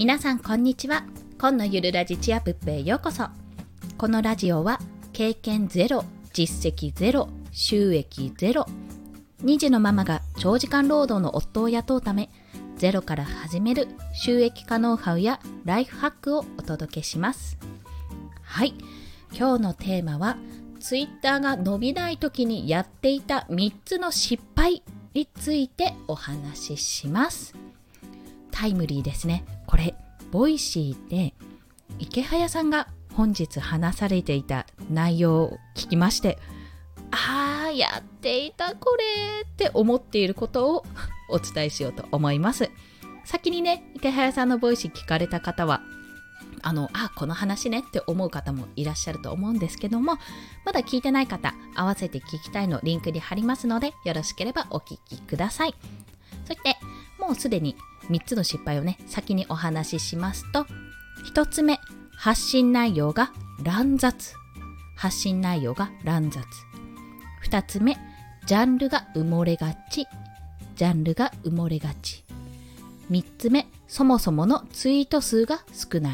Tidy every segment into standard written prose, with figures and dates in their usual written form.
皆さんこんにちは。今のゆるラジチアプップへようこそ。このラジオは経験ゼロ、実績ゼロ、収益ゼロ、2児のママが長時間労働の夫を雇うためゼロから始める収益化ノウハウやライフハックをお届けします。はい、今日のテーマはツイッターが伸びない時にやっていた3つの失敗についてお話しします。タイムリーですね。これボイシーで池早さんが本日話されていた内容を聞きまして、やっていたこれって思っていることをお伝えしようと思います。先にね、池早さんのボイシー聞かれた方はこの話ねって思う方もいらっしゃると思うんですけども、まだ聞いてない方、合わせて聞きたいのリンクに貼りますので、よろしければお聞きください。そしてもうすでに3つの失敗をね、先にお話ししますと、1つ目、発信内容が乱雑。2つ目、ジャンルが埋もれがち。3つ目、そもそものツイート数が少ない。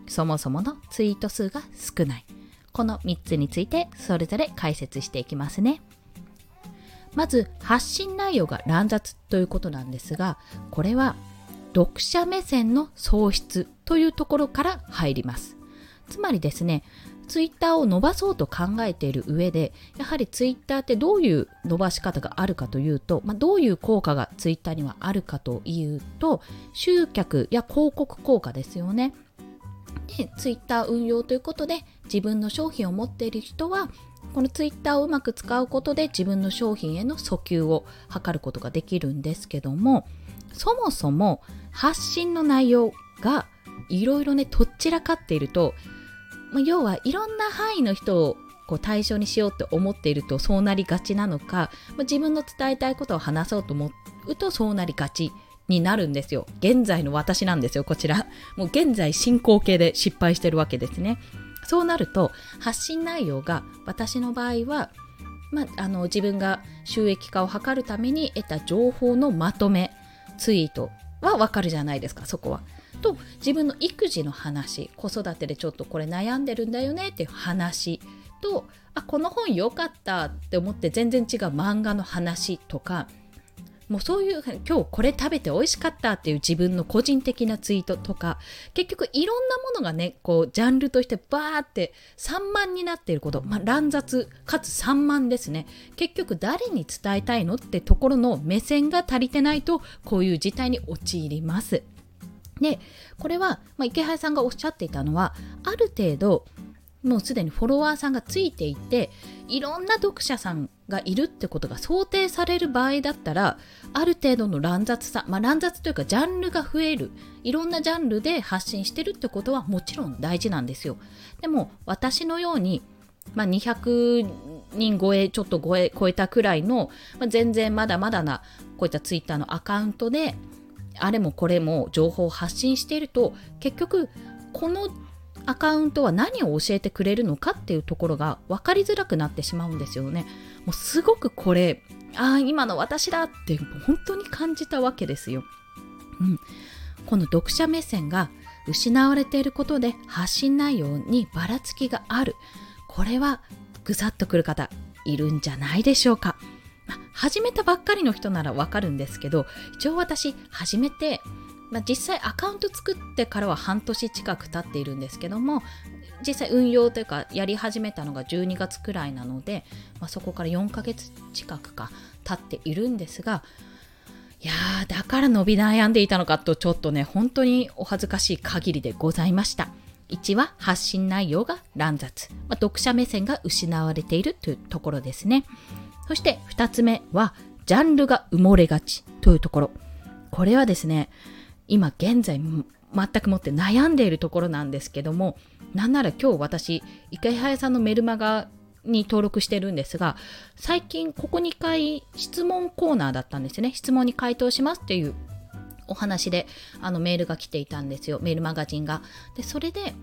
この3つについてそれぞれ解説していきますね。まず発信内容が乱雑ということなんですが、これは読者目線の喪失というところから入ります。つまりですね、ツイッターを伸ばそうと考えている上で、やはりツイッターってどういう伸ばし方があるかというと、どういう効果がツイッターにはあるかというと、集客や広告効果ですよね。で、ツイッター運用ということで、自分の商品を持っている人はこのツイッターをうまく使うことで自分の商品への訴求を図ることができるんですけども、そもそも発信の内容がいろいろね、とっちらかっていると、要はいろんな範囲の人を対象にしようって思っているとそうなりがちなのか、自分の伝えたいことを話そうと思うとそうなりがちになるんですよ。現在の私なんですよ、こちら。もう現在進行形で失敗してるわけですね。そうなると発信内容が、私の場合は、自分が収益化を図るために得た情報のまとめ、ツイートはわかるじゃないですか、そこは。と、自分の育児の話、子育てでちょっとこれ悩んでるんだよねっていう話と、この本良かったって思って全然違う漫画の話とか、もうそういう今日これ食べて美味しかったっていう自分の個人的なツイートとか、結局いろんなものがね、ジャンルとしてバーって散漫になっていること、乱雑かつ散漫ですね。結局誰に伝えたいのってところの目線が足りてないと、こういう事態に陥ります。で、これは、池原さんがおっしゃっていたのは、ある程度もうすでにフォロワーさんがついていて、いろんな読者さんがいるってことが想定される場合だったら、ある程度の乱雑さ、乱雑というかジャンルが増える、いろんなジャンルで発信してるってことはもちろん大事なんですよ。でも私のように、200人超え超えたくらいの、全然まだまだなこういったツイッターのアカウントであれもこれも情報を発信していると、結局このアカウントは何を教えてくれるのかっていうところが分かりづらくなってしまうんですよね。もうすごくこれ、今の私だって本当に感じたわけですよ。この読者目線が失われていることで発信内容にばらつきがある。これはぐさっとくる方いるんじゃないでしょうか。始めたばっかりの人ならわかるんですけど、一応私始めて、実際アカウント作ってからは半年近く経っているんですけども、実際運用というかやり始めたのが12月くらいなので、そこから4ヶ月近くか経っているんですが、だから伸び悩んでいたのかと、ちょっとね、本当にお恥ずかしい限りでございました。1は発信内容が乱雑、読者目線が失われているというところですね。そして2つ目はジャンルが埋もれがちというところ。これはですね、今現在全くもって悩んでいるところなんですけども、なんなら今日私池原さんのメルマガに登録してるんですが、最近ここ2回質問コーナーだったんですね。質問に回答しますっていうお話でメールが来ていたんですよ、メールマガジンが。でそれで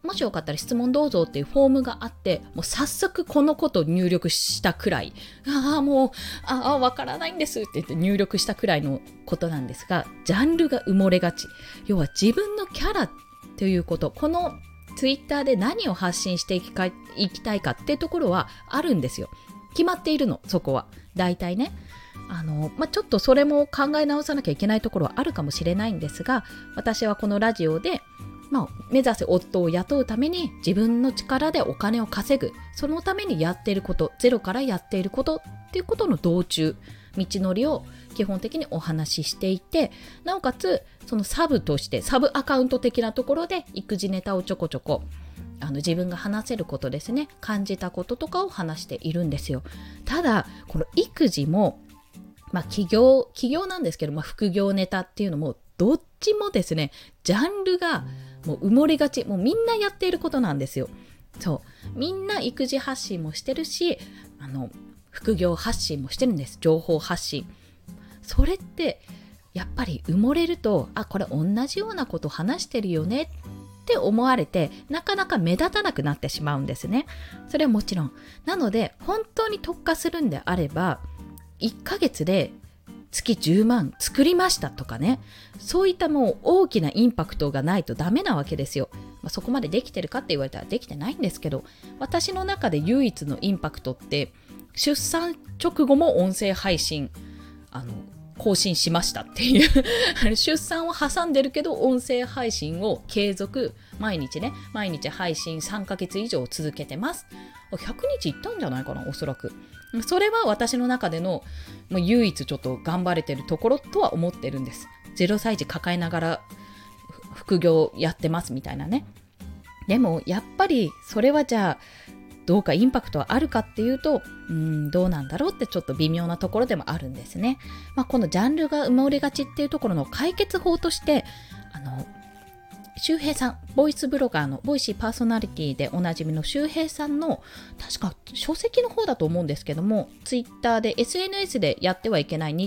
もしよかったら質問どうぞっていうフォームがあって、もう早速このことを入力したくらい、わからないんですって言って入力したくらいのことなんですが、ジャンルが埋もれがち。要は自分のキャラということ、このツイッターで何を発信していきたいかっていうところはあるんですよ。決まっているの、そこは。大体ね。ちょっとそれも考え直さなきゃいけないところはあるかもしれないんですが、私はこのラジオで、目指せ夫を雇うために自分の力でお金を稼ぐ、そのためにやっていること、ゼロからやっていることっていうことの道中、道のりを基本的にお話ししていて、なおかつそのサブとしてサブアカウント的なところで育児ネタをちょこちょこ自分が話せることですね、感じたこととかを話しているんですよ。ただこの育児も起業なんですけど、副業ネタっていうのもどっちもですね、ジャンルがもう埋もれがち、もうみんなやっていることなんですよ。そうみんな育児発信もしてるし、副業発信もしてるんです。情報発信。それってやっぱり埋もれると、これ同じようなこと話してるよねって思われて、なかなか目立たなくなってしまうんですね。それはもちろん。なので本当に特化するんであれば、1ヶ月で月10万作りましたとかね、そういったもう大きなインパクトがないとダメなわけですよ。そこまでできてるかって言われたらできてないんですけど、私の中で唯一のインパクトって出産直後も音声配信更新しましたっていう出産を挟んでるけど音声配信を継続、毎日配信3ヶ月以上続けてます。100日いったんじゃないかな、おそらく。それは私の中での唯一ちょっと頑張れてるところとは思ってるんです。0歳児抱えながら副業やってますみたいなね。でもやっぱりそれはじゃあどうかインパクトはあるかっていうと、どうなんだろうってちょっと微妙なところでもあるんですね。このジャンルが埋もれがちっていうところの解決法として、周平さん、ボイスブロガーのボイシーパーソナリティでおなじみの周平さんの確か書籍の方だと思うんですけども、ツイッターで SNS でやってはいけない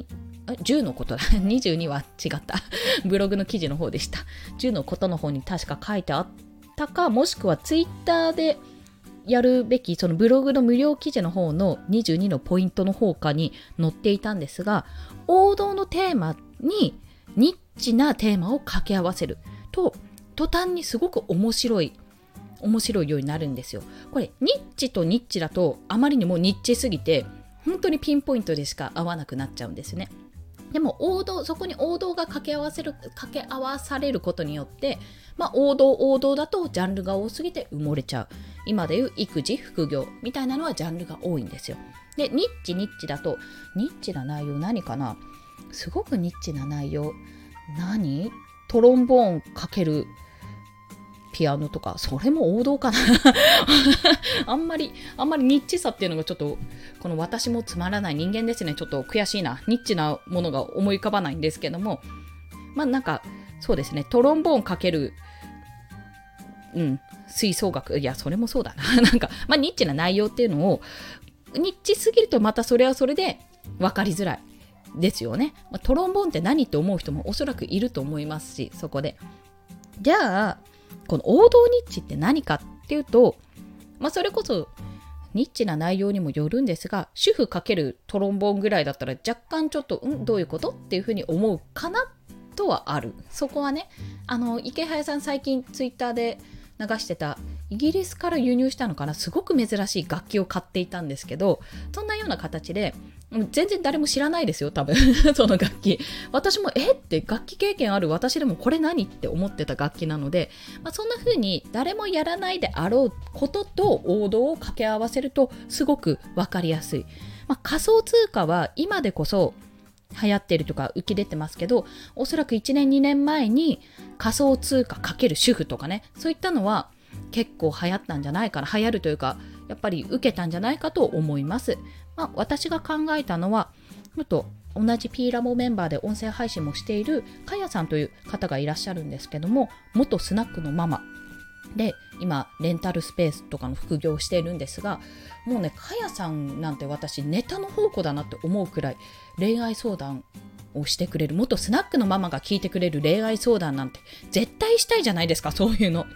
10のことだ22は違ったブログの記事の方でした。10のことの方に確か書いてあったか、もしくはツイッターでやるべきそのブログの無料記事の方の22のポイントの方かに載っていたんですが、王道のテーマにニッチなテーマを掛け合わせると途端にすごく面白いようになるんですよ。これニッチとニッチだとあまりにもニッチすぎて本当にピンポイントでしか合わなくなっちゃうんですね。でもそこに王道が掛け合わされることによって、王道だとジャンルが多すぎて埋もれちゃう。今でいう育児副業みたいなのはジャンルが多いんですよ。でニッチだとニッチな内容何かな、すごくニッチな内容トロンボーンかけるピアノとか、それも王道かなあんまりニッチさっていうのがちょっと、この私もつまらない人間ですね。ちょっと悔しいな。ニッチなものが思い浮かばないんですけども、そうですね、トロンボーンかける吹奏楽、いやそれもそうだなニッチな内容っていうのを、ニッチすぎるとまたそれはそれで分かりづらいですよね。トロンボーンって何って思う人もおそらくいると思いますし、そこでじゃあこの王道ニッチって何かっていうと、それこそニッチな内容にもよるんですが、主婦かけるトロンボーンぐらいだったら若干ちょっとどういうことっていうふうに思うかなとはある。そこはね、池早さん最近ツイッターで流してたイギリスから輸入したのかな、すごく珍しい楽器を買っていたんですけど、そんなような形で全然誰も知らないですよ多分その楽器。私もって楽器経験ある私でもこれ何って思ってた楽器なので、そんな風に誰もやらないであろうことと王道を掛け合わせるとすごく分かりやすい。仮想通貨は今でこそ流行ってるとか浮き出てますけど、おそらく1年2年前に仮想通貨×主婦とかね、そういったのは結構流行ったんじゃないかな、流行るというかやっぱり受けたんじゃないかと思います。私が考えたのは、同じピーラボメンバーで音声配信もしているかやさんという方がいらっしゃるんですけども、元スナックのママで今レンタルスペースとかの副業をしているんですが、もうね、かやさんなんて私ネタの宝庫だなって思うくらい恋愛相談をしてくれる、元スナックのママが聞いてくれる恋愛相談なんて絶対したいじゃないですか、そういうの。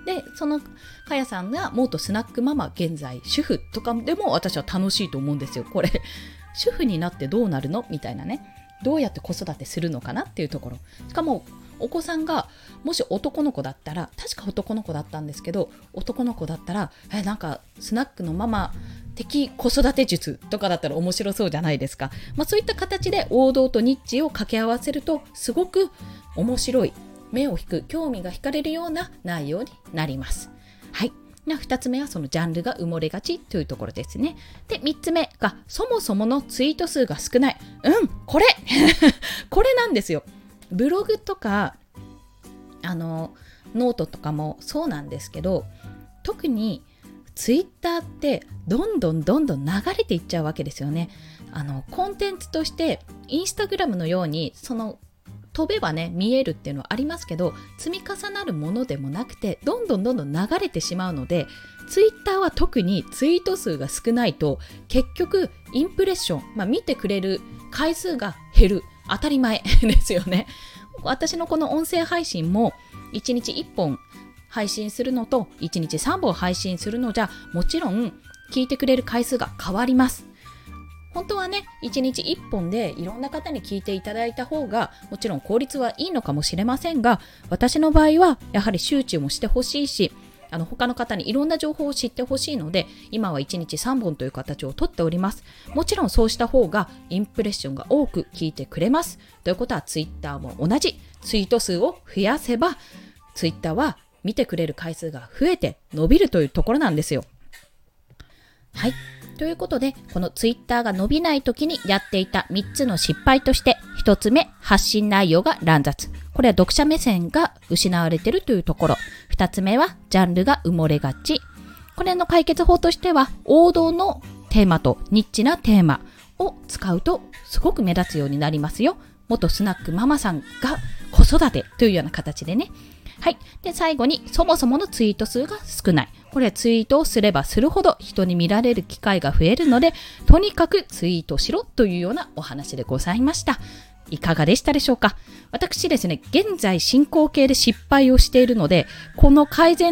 でそのかやさんが元スナックママ現在主婦とかでも私は楽しいと思うんですよ。これ主婦になってどうなるのみたいなね、どうやって子育てするのかなっていうところ。しかもお子さんがもし男の子だったら、確か男の子だったんですけど、男の子だったらなんかスナックのママ的子育て術とかだったら面白そうじゃないですか。そういった形で王道とニッチを掛け合わせるとすごく面白い、目を引く、興味が惹かれるような内容になります。はい。2つ目はそのジャンルが埋もれがちというところですね。で、3つ目がそもそものツイート数が少ない。これこれなんですよ。ブログとかノートとかもそうなんですけど、特にツイッターってどんどん流れていっちゃうわけですよね。コンテンツとしてインスタグラムのようにその飛べばね見えるっていうのはありますけど、積み重なるものでもなくてどんどん流れてしまうので、ツイッターは特にツイート数が少ないと結局インプレッション、見てくれる回数が減る、当たり前ですよね。私のこの音声配信も1日1本配信するのと1日3本配信するのじゃもちろん聞いてくれる回数が変わります。本当はね1日1本でいろんな方に聞いていただいた方がもちろん効率はいいのかもしれませんが、私の場合はやはり周知もしてほしいし、他の方にいろんな情報を知ってほしいので、今は1日3本という形をとっております。もちろんそうした方がインプレッションが多く聞いてくれます。ということはツイッターも同じ、ツイート数を増やせばツイッターは見てくれる回数が増えて伸びるというところなんですよ。はい。ということで、このツイッターが伸びない時にやっていた3つの失敗として、1つ目、発信内容が乱雑。これは読者目線が失われているというところ。2つ目は、ジャンルが埋もれがち。これの解決法としては、王道のテーマとニッチなテーマを使うとすごく目立つようになりますよ。元スナックママさんが子育てというような形でね。はい。で、最後に、そもそものツイート数が少ない。これはツイートをすればするほど人に見られる機会が増えるので、とにかくツイートしろというようなお話でございました。いかがでしたでしょうか。私ですね、現在進行形で失敗をしているので、この改善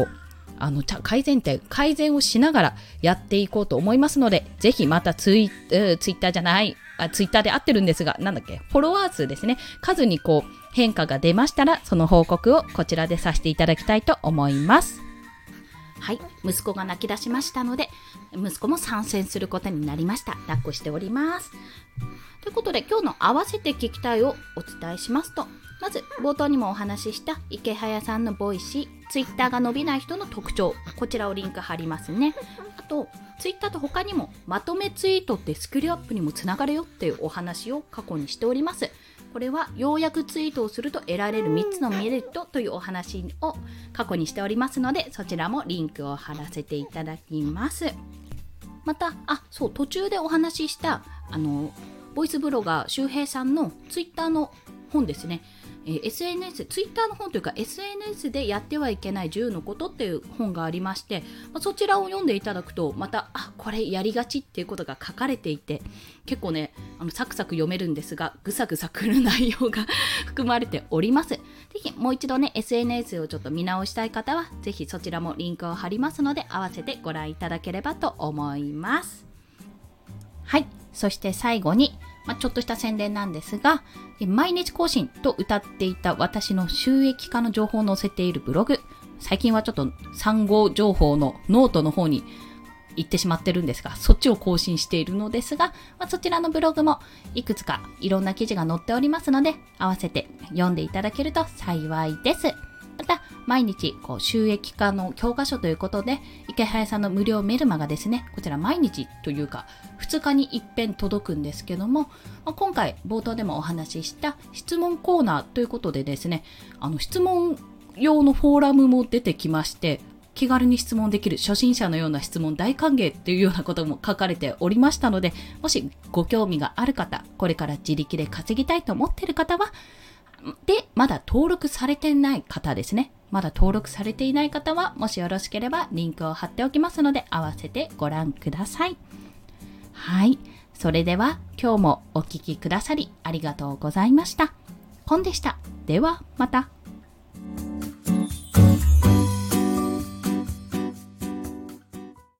をしながらやっていこうと思いますので、ぜひまたツイッターで合ってるんですが、フォロワー数ですね、数に変化が出ましたら、その報告をこちらでさせていただきたいと思います。はい、息子が泣き出しましたので、息子も参戦することになりました。抱っこしております。ということで、今日の合わせて聞きたいをお伝えしますと、まず冒頭にもお話しした池早さんのボイシー、ツイッターが伸びない人の特徴、こちらをリンク貼りますね。あとツイッターと他にもまとめツイートってスキルアップにもつながるよっていうお話を過去にしております。これは要約ツイートをすると得られる3つのメリットというお話を過去にしておりますので、そちらもリンクを貼らせていただきます。また途中でお話ししたボイスブロガー周平さんのツイッターの本ですね、SNS、ツイッターの本というか SNS でやってはいけない10のことっていう本がありまして、そちらを読んでいただくとまたこれやりがちっていうことが書かれていて、結構ねサクサク読めるんですが、ぐさぐさくる内容が含まれております。ぜひもう一度ね SNS をちょっと見直したい方はぜひそちらもリンクを貼りますので、合わせてご覧いただければと思います。はい。そして最後にちょっとした宣伝なんですが、毎日更新と謳っていた私の収益化の情報を載せているブログ、最近はちょっと産後情報のノートの方に行ってしまってるんですが、そっちを更新しているのですが、そちらのブログもいくつかいろんな記事が載っておりますので、合わせて読んでいただけると幸いです。また毎日収益化の教科書ということで、池早さんの無料メルマガですね、こちら毎日というか2日に一遍届くんですけども、今回冒頭でもお話しした質問コーナーということでですね、質問用のフォーラムも出てきまして、気軽に質問できる、初心者のような質問大歓迎というようなことも書かれておりましたので、もしご興味がある方、これから自力で稼ぎたいと思っている方はで、まだ登録されていない方ですね。まだ登録されていない方は、もしよろしければリンクを貼っておきますので、合わせてご覧ください。はい。それでは、今日もお聞きくださりありがとうございました。コンでした。では、また。